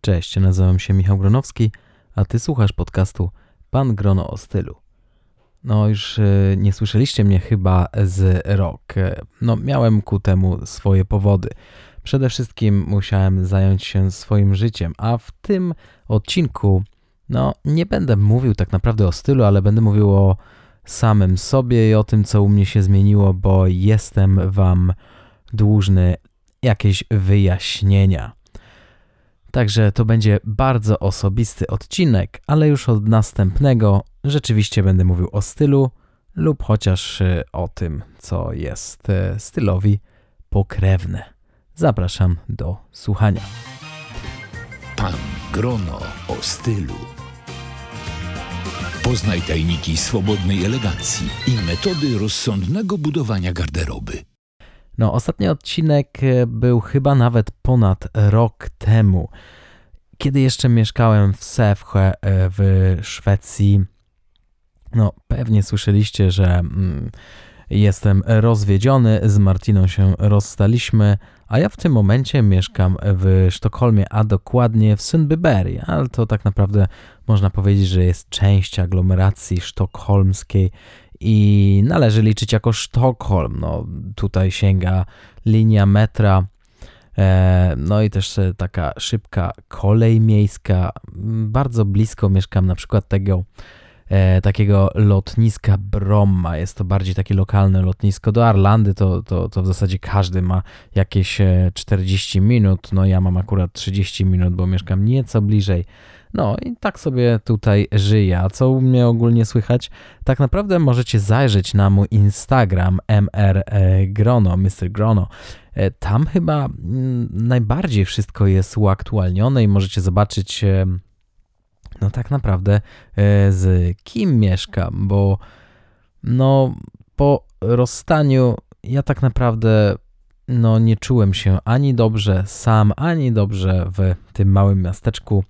Cześć, nazywam się Michał Gronowski, a ty słuchasz podcastu Pan Grono o stylu. No już nie słyszeliście mnie chyba z rok. Miałem ku temu swoje powody. Przede wszystkim musiałem zająć się swoim życiem, a w tym odcinku nie będę mówił tak naprawdę o stylu, ale będę mówił o samym sobie i o tym, co u mnie się zmieniło, bo jestem wam dłużny jakieś wyjaśnienia. Także to będzie bardzo osobisty odcinek, ale już od następnego rzeczywiście będę mówił o stylu lub chociaż o tym, co jest stylowi pokrewne. Zapraszam do słuchania. Pan Grono o stylu. Poznaj tajniki swobodnej elegancji i metody rozsądnego budowania garderoby. Ostatni odcinek był chyba nawet ponad rok temu, kiedy jeszcze mieszkałem w Sävsjö w Szwecji. Pewnie słyszeliście, że jestem rozwiedziony, z Martiną się rozstaliśmy, a ja w tym momencie mieszkam w Sztokholmie, a dokładnie w Sundbyberg, ale to tak naprawdę można powiedzieć, że jest część aglomeracji sztokholmskiej i należy liczyć jako Sztokholm. Tutaj sięga linia metra, i też taka szybka kolej miejska. Bardzo blisko mieszkam na przykład takiego lotniska Bromma. Jest to bardziej takie lokalne lotnisko. Do Arlandy to w zasadzie każdy ma jakieś 40 minut. Ja mam akurat 30 minut, bo mieszkam nieco bliżej. I tak sobie tutaj żyję. A co u mnie ogólnie słychać? Tak naprawdę możecie zajrzeć na mój Instagram Mr. Grono. Tam chyba najbardziej wszystko jest uaktualnione i możecie zobaczyć tak naprawdę z kim mieszkam, bo po rozstaniu ja tak naprawdę nie czułem się ani dobrze sam, ani dobrze w tym małym miasteczku.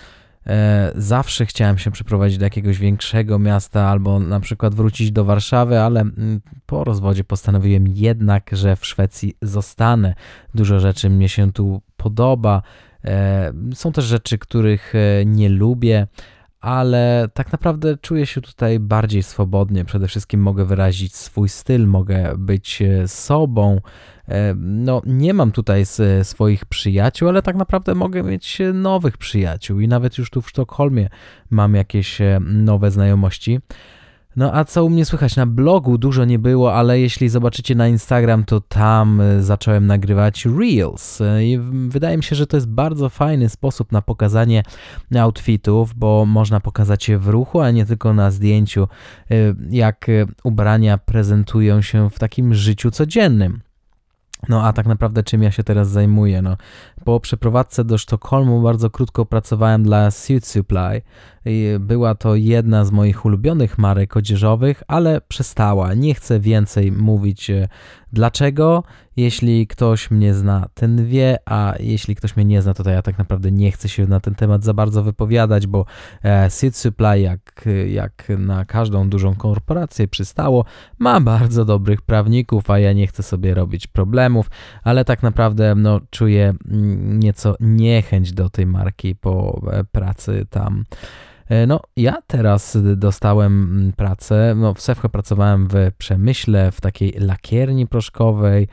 Zawsze chciałem się przeprowadzić do jakiegoś większego miasta albo na przykład wrócić do Warszawy, ale po rozwodzie postanowiłem jednak, że w Szwecji zostanę. Dużo rzeczy mnie się tu podoba. Są też rzeczy, których nie lubię, ale tak naprawdę czuję się tutaj bardziej swobodnie. Przede wszystkim mogę wyrazić swój styl, mogę być sobą. Nie mam tutaj swoich przyjaciół, ale tak naprawdę mogę mieć nowych przyjaciół i nawet już tu w Sztokholmie mam jakieś nowe znajomości. A co u mnie słychać? Na blogu dużo nie było, ale jeśli zobaczycie na Instagram, to tam zacząłem nagrywać Reels i wydaje mi się, że to jest bardzo fajny sposób na pokazanie outfitów, bo można pokazać je w ruchu, a nie tylko na zdjęciu, jak ubrania prezentują się w takim życiu codziennym. A tak naprawdę czym ja się teraz zajmuję? Po przeprowadzce do Sztokholmu bardzo krótko pracowałem dla Suit Supply. Była to jedna z moich ulubionych marek odzieżowych, ale przestała. Nie chcę więcej mówić dlaczego. Jeśli ktoś mnie zna, ten wie, a jeśli ktoś mnie nie zna, to ja tak naprawdę nie chcę się na ten temat za bardzo wypowiadać, bo Suit Supply, jak na każdą dużą korporację przystało, ma bardzo dobrych prawników, a ja nie chcę sobie robić problemów, ale tak naprawdę czuję nieco niechęć do tej marki po pracy tam. Ja teraz dostałem pracę, w Sävsjö pracowałem w przemyśle, w takiej lakierni proszkowej.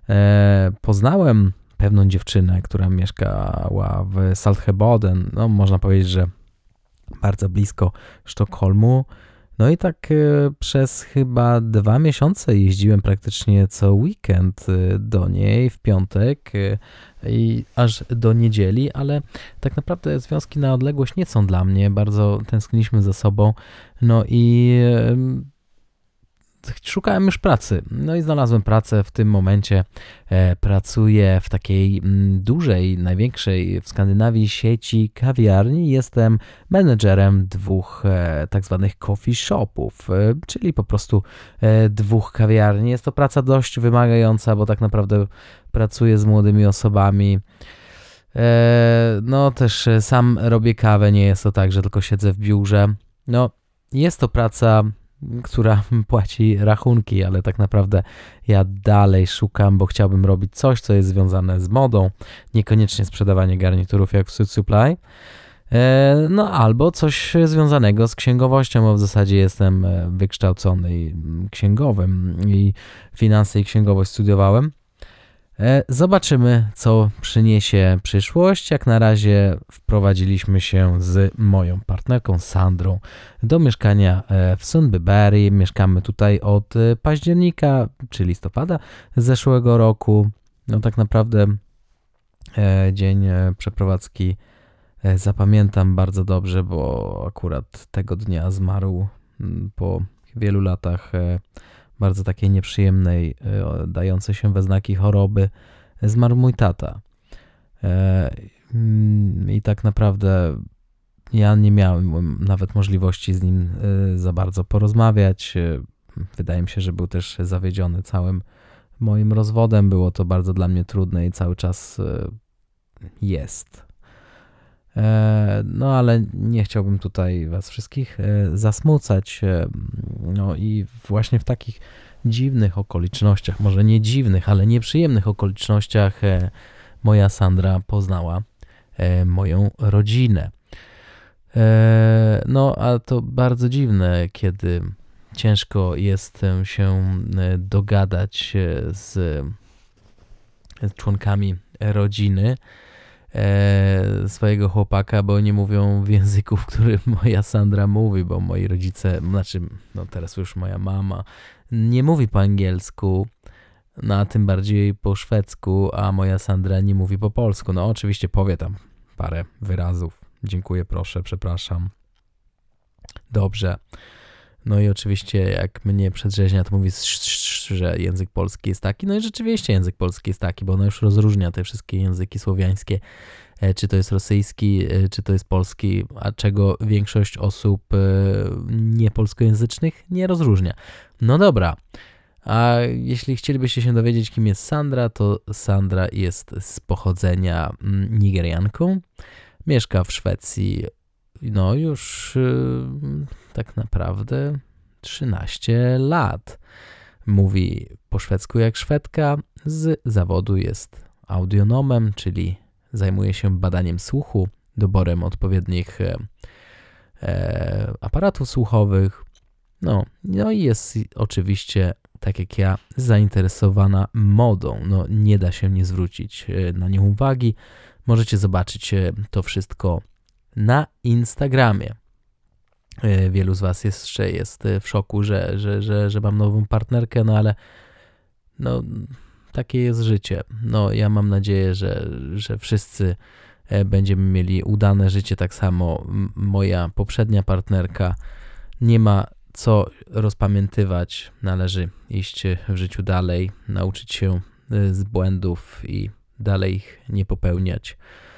Poznałem pewną dziewczynę, która mieszkała w Saltsjöbaden, można powiedzieć, że bardzo blisko Sztokholmu. I tak przez chyba 2 miesiące jeździłem praktycznie co weekend do niej w piątek i aż do niedzieli, ale tak naprawdę związki na odległość nie są dla mnie, bardzo tęskniliśmy za sobą, i szukałem już pracy, i znalazłem pracę. W tym momencie pracuję w takiej dużej, największej w Skandynawii sieci kawiarni. Jestem menedżerem 2 tak zwanych coffee shopów, czyli po prostu 2 kawiarni. Jest to praca dość wymagająca, bo tak naprawdę pracuję z młodymi osobami. Też sam robię kawę, nie jest to tak, że tylko siedzę w biurze. Jest to praca która płaci rachunki, ale tak naprawdę ja dalej szukam, bo chciałbym robić coś, co jest związane z modą, niekoniecznie sprzedawanie garniturów jak w Suit Supply, no albo coś związanego z księgowością, bo w zasadzie jestem wykształcony księgowym i finanse i księgowość studiowałem. Zobaczymy, co przyniesie przyszłość. Jak na razie wprowadziliśmy się z moją partnerką Sandrą do mieszkania w Sundbyberry. Mieszkamy tutaj od października czy listopada zeszłego roku. No tak naprawdę dzień przeprowadzki zapamiętam bardzo dobrze, bo akurat tego dnia zmarł po wielu latach bardzo takiej nieprzyjemnej, dającej się we znaki choroby, zmarł mój tata. I tak naprawdę ja nie miałem nawet możliwości z nim za bardzo porozmawiać. Wydaje mi się, że był też zawiedziony całym moim rozwodem. Było to bardzo dla mnie trudne i cały czas jest. No ale nie chciałbym tutaj was wszystkich zasmucać. No i właśnie w takich dziwnych okolicznościach, może nie dziwnych, ale nieprzyjemnych okolicznościach moja Sandra poznała moją rodzinę. No a to bardzo dziwne, kiedy ciężko jest się dogadać z członkami rodziny swojego chłopaka, bo nie mówią w języku, w którym moja Sandra mówi, bo moi rodzice, no teraz już moja mama nie mówi po angielsku, no a tym bardziej po szwedzku, a moja Sandra nie mówi po polsku. No oczywiście powie tam parę wyrazów. Dziękuję, proszę, przepraszam. Dobrze. No i oczywiście jak mnie przedrzeźnia, to mówi, że język polski jest taki. No i rzeczywiście język polski jest taki, bo ona już rozróżnia te wszystkie języki słowiańskie, czy to jest rosyjski, czy to jest polski, a czego większość osób niepolskojęzycznych nie rozróżnia. No dobra, a jeśli chcielibyście się dowiedzieć, kim jest Sandra, to Sandra jest z pochodzenia Nigerianką, mieszka w Szwecji, no już tak naprawdę 13 lat. Mówi po szwedzku jak Szwedka, z zawodu jest audionomem, czyli zajmuje się badaniem słuchu, doborem odpowiednich aparatów słuchowych. No i jest oczywiście, tak jak ja, zainteresowana modą. No nie da się nie zwrócić na nią uwagi. Możecie zobaczyć to wszystko na Instagramie. Wielu z was jeszcze jest w szoku, że mam nową partnerkę, no ale no takie jest życie. No ja mam nadzieję, że wszyscy będziemy mieli udane życie tak samo. Moja poprzednia partnerka nie ma co rozpamiętywać. Należy iść w życiu dalej, nauczyć się z błędów i dalej ich nie popełniać,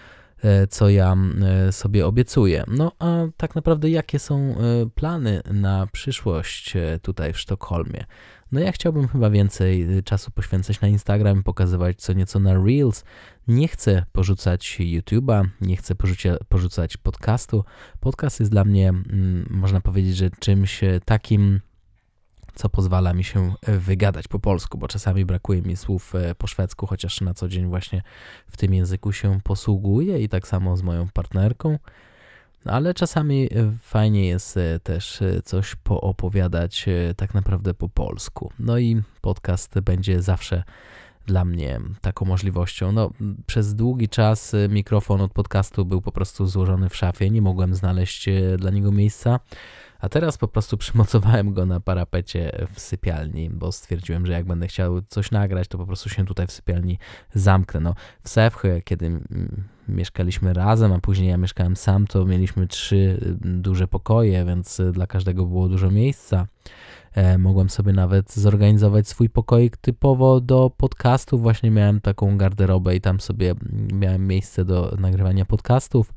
co ja sobie obiecuję. No a tak naprawdę jakie są plany na przyszłość tutaj w Sztokholmie? No ja chciałbym chyba więcej czasu poświęcać na Instagram, pokazywać co nieco na Reels. Nie chcę porzucać YouTube'a, nie chcę porzucać podcastu. Podcast jest dla mnie, można powiedzieć, że czymś takim, co pozwala mi się wygadać po polsku, bo czasami brakuje mi słów po szwedzku, chociaż na co dzień właśnie w tym języku się posługuję i tak samo z moją partnerką, ale czasami fajnie jest też coś poopowiadać tak naprawdę po polsku. No i podcast będzie zawsze dla mnie taką możliwością. No, przez długi czas mikrofon od podcastu był po prostu złożony w szafie, nie mogłem znaleźć dla niego miejsca, a teraz po prostu przymocowałem go na parapecie w sypialni, bo stwierdziłem, że jak będę chciał coś nagrać, to po prostu się tutaj w sypialni zamknę. No, w Säwchę, kiedy mieszkaliśmy razem, a później ja mieszkałem sam, to mieliśmy 3 duże pokoje, więc dla każdego było dużo miejsca. Mogłem sobie nawet zorganizować swój pokoik typowo do podcastów. Właśnie miałem taką garderobę i tam sobie miałem miejsce do nagrywania podcastów.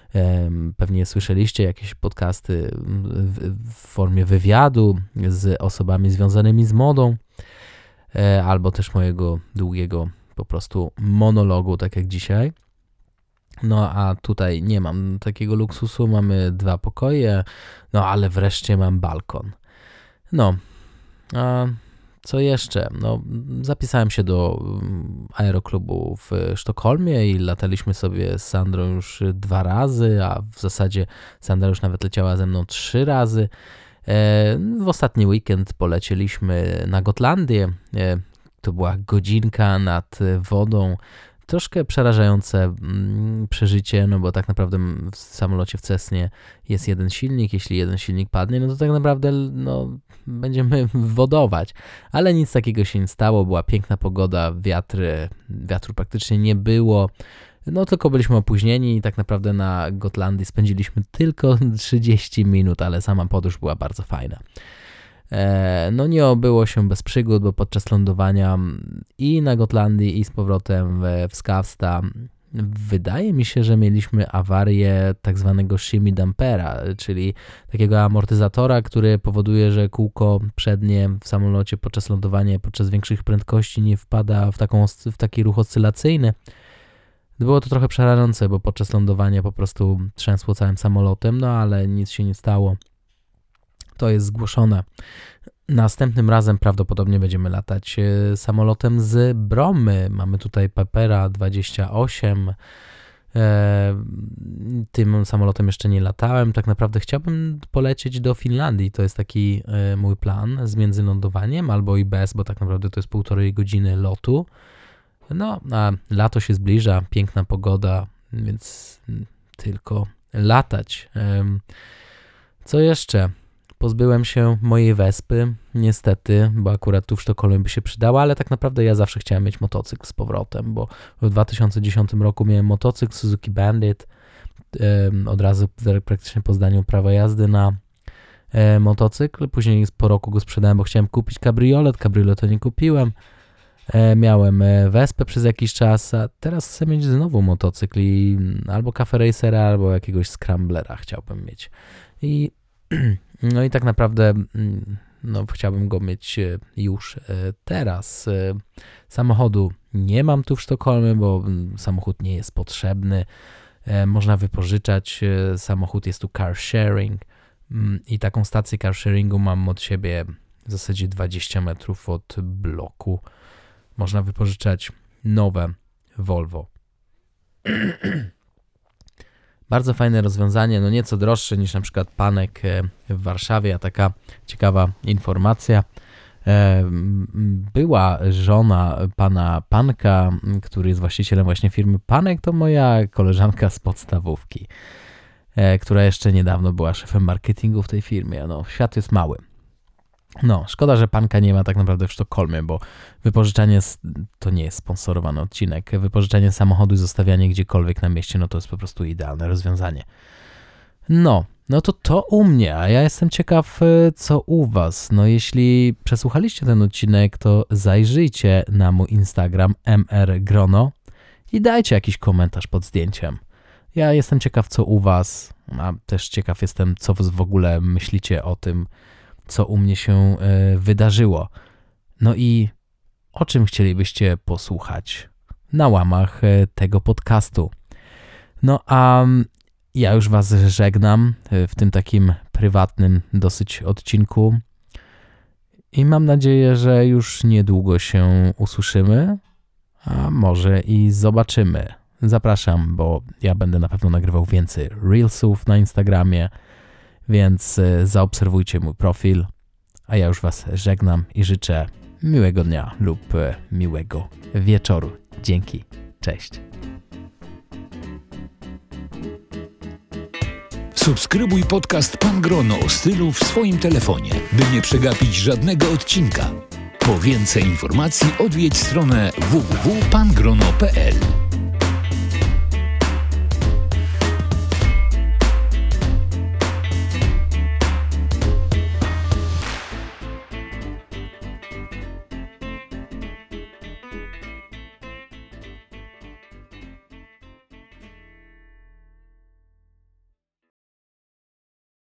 Pewnie słyszeliście jakieś podcasty w formie wywiadu z osobami związanymi z modą, albo też mojego długiego po prostu monologu, tak jak dzisiaj. No a tutaj nie mam takiego luksusu, mamy 2 pokoje, no ale wreszcie mam balkon. No, a co jeszcze? No, zapisałem się do aeroklubu w Sztokholmie i lataliśmy sobie z Sandrą już 2 razy, a w zasadzie Sandra już nawet leciała ze mną 3 razy. W ostatni weekend polecieliśmy na Gotlandię. To była godzinka nad wodą. Troszkę przerażające przeżycie, no bo tak naprawdę w samolocie w Cessnie jest jeden silnik. Jeśli jeden silnik padnie, no to tak naprawdę będziemy wodować. Ale nic takiego się nie stało. Była piękna pogoda, wiatru praktycznie nie było. No tylko byliśmy opóźnieni i tak naprawdę na Gotlandii spędziliśmy tylko 30 minut, ale sama podróż była bardzo fajna. No nie obyło się bez przygód, bo podczas lądowania i na Gotlandii i z powrotem w Skavsta wydaje mi się, że mieliśmy awarię tak zwanego shimmy dampera, czyli takiego amortyzatora, który powoduje, że kółko przednie w samolocie podczas lądowania, podczas większych prędkości nie wpada w taki ruch oscylacyjny. Było to trochę przerażające, bo podczas lądowania po prostu trzęsło całym samolotem, no ale nic się nie stało. To jest zgłoszone. Następnym razem prawdopodobnie będziemy latać samolotem z Brommy. Mamy tutaj Pepera 28. Tym samolotem jeszcze nie latałem. Tak naprawdę chciałbym polecieć do Finlandii. To jest taki mój plan z międzylądowaniem albo i bez, bo tak naprawdę to jest 1,5 godziny lotu. No, a lato się zbliża, piękna pogoda, więc tylko latać. Co jeszcze? Pozbyłem się mojej Wespy, niestety, bo akurat tu w Sztokholmie by się przydała, ale tak naprawdę ja zawsze chciałem mieć motocykl z powrotem, bo w 2010 roku miałem motocykl Suzuki Bandit, od razu praktycznie po zdaniu prawa jazdy na motocykl, później po roku go sprzedałem, bo chciałem kupić kabrioletu nie kupiłem. Miałem Vespę przez jakiś czas, a teraz chcę mieć znowu motocykl i albo Cafe Racera, albo jakiegoś Scramblera chciałbym mieć. No i tak naprawdę chciałbym go mieć już teraz. Samochodu nie mam tu w Sztokholmie, bo samochód nie jest potrzebny. Można wypożyczać samochód, jest tu car sharing i taką stację car sharingu mam od siebie w zasadzie 20 metrów od bloku. Można wypożyczać nowe Volvo. Bardzo fajne rozwiązanie, no nieco droższe niż na przykład Panek w Warszawie, a taka ciekawa informacja. Była żona pana Panka, który jest właścicielem właśnie firmy Panek, to moja koleżanka z podstawówki, która jeszcze niedawno była szefem marketingu w tej firmie. No, świat jest mały. No, szkoda, że Panka nie ma tak naprawdę w Sztokholmie, bo wypożyczanie, to nie jest sponsorowany odcinek, wypożyczanie samochodu i zostawianie gdziekolwiek na mieście, no to jest po prostu idealne rozwiązanie. No to u mnie, a ja jestem ciekaw, co u was. No jeśli przesłuchaliście ten odcinek, to zajrzyjcie na mój Instagram mrgrono i dajcie jakiś komentarz pod zdjęciem. Ja jestem ciekaw, co u was, a też ciekaw jestem, co wy w ogóle myślicie o tym, co u mnie się wydarzyło. No i o czym chcielibyście posłuchać na łamach tego podcastu. No a ja już was żegnam w tym takim prywatnym dosyć odcinku i mam nadzieję, że już niedługo się usłyszymy, a może i zobaczymy. Zapraszam, bo ja będę na pewno nagrywał więcej reelsów na Instagramie, więc zaobserwujcie mój profil, a ja już was żegnam i życzę miłego dnia lub miłego wieczoru. Dzięki, cześć. Subskrybuj podcast Pan Grono o stylu w swoim telefonie, by nie przegapić żadnego odcinka. Po więcej informacji odwiedź stronę www.pangrono.pl.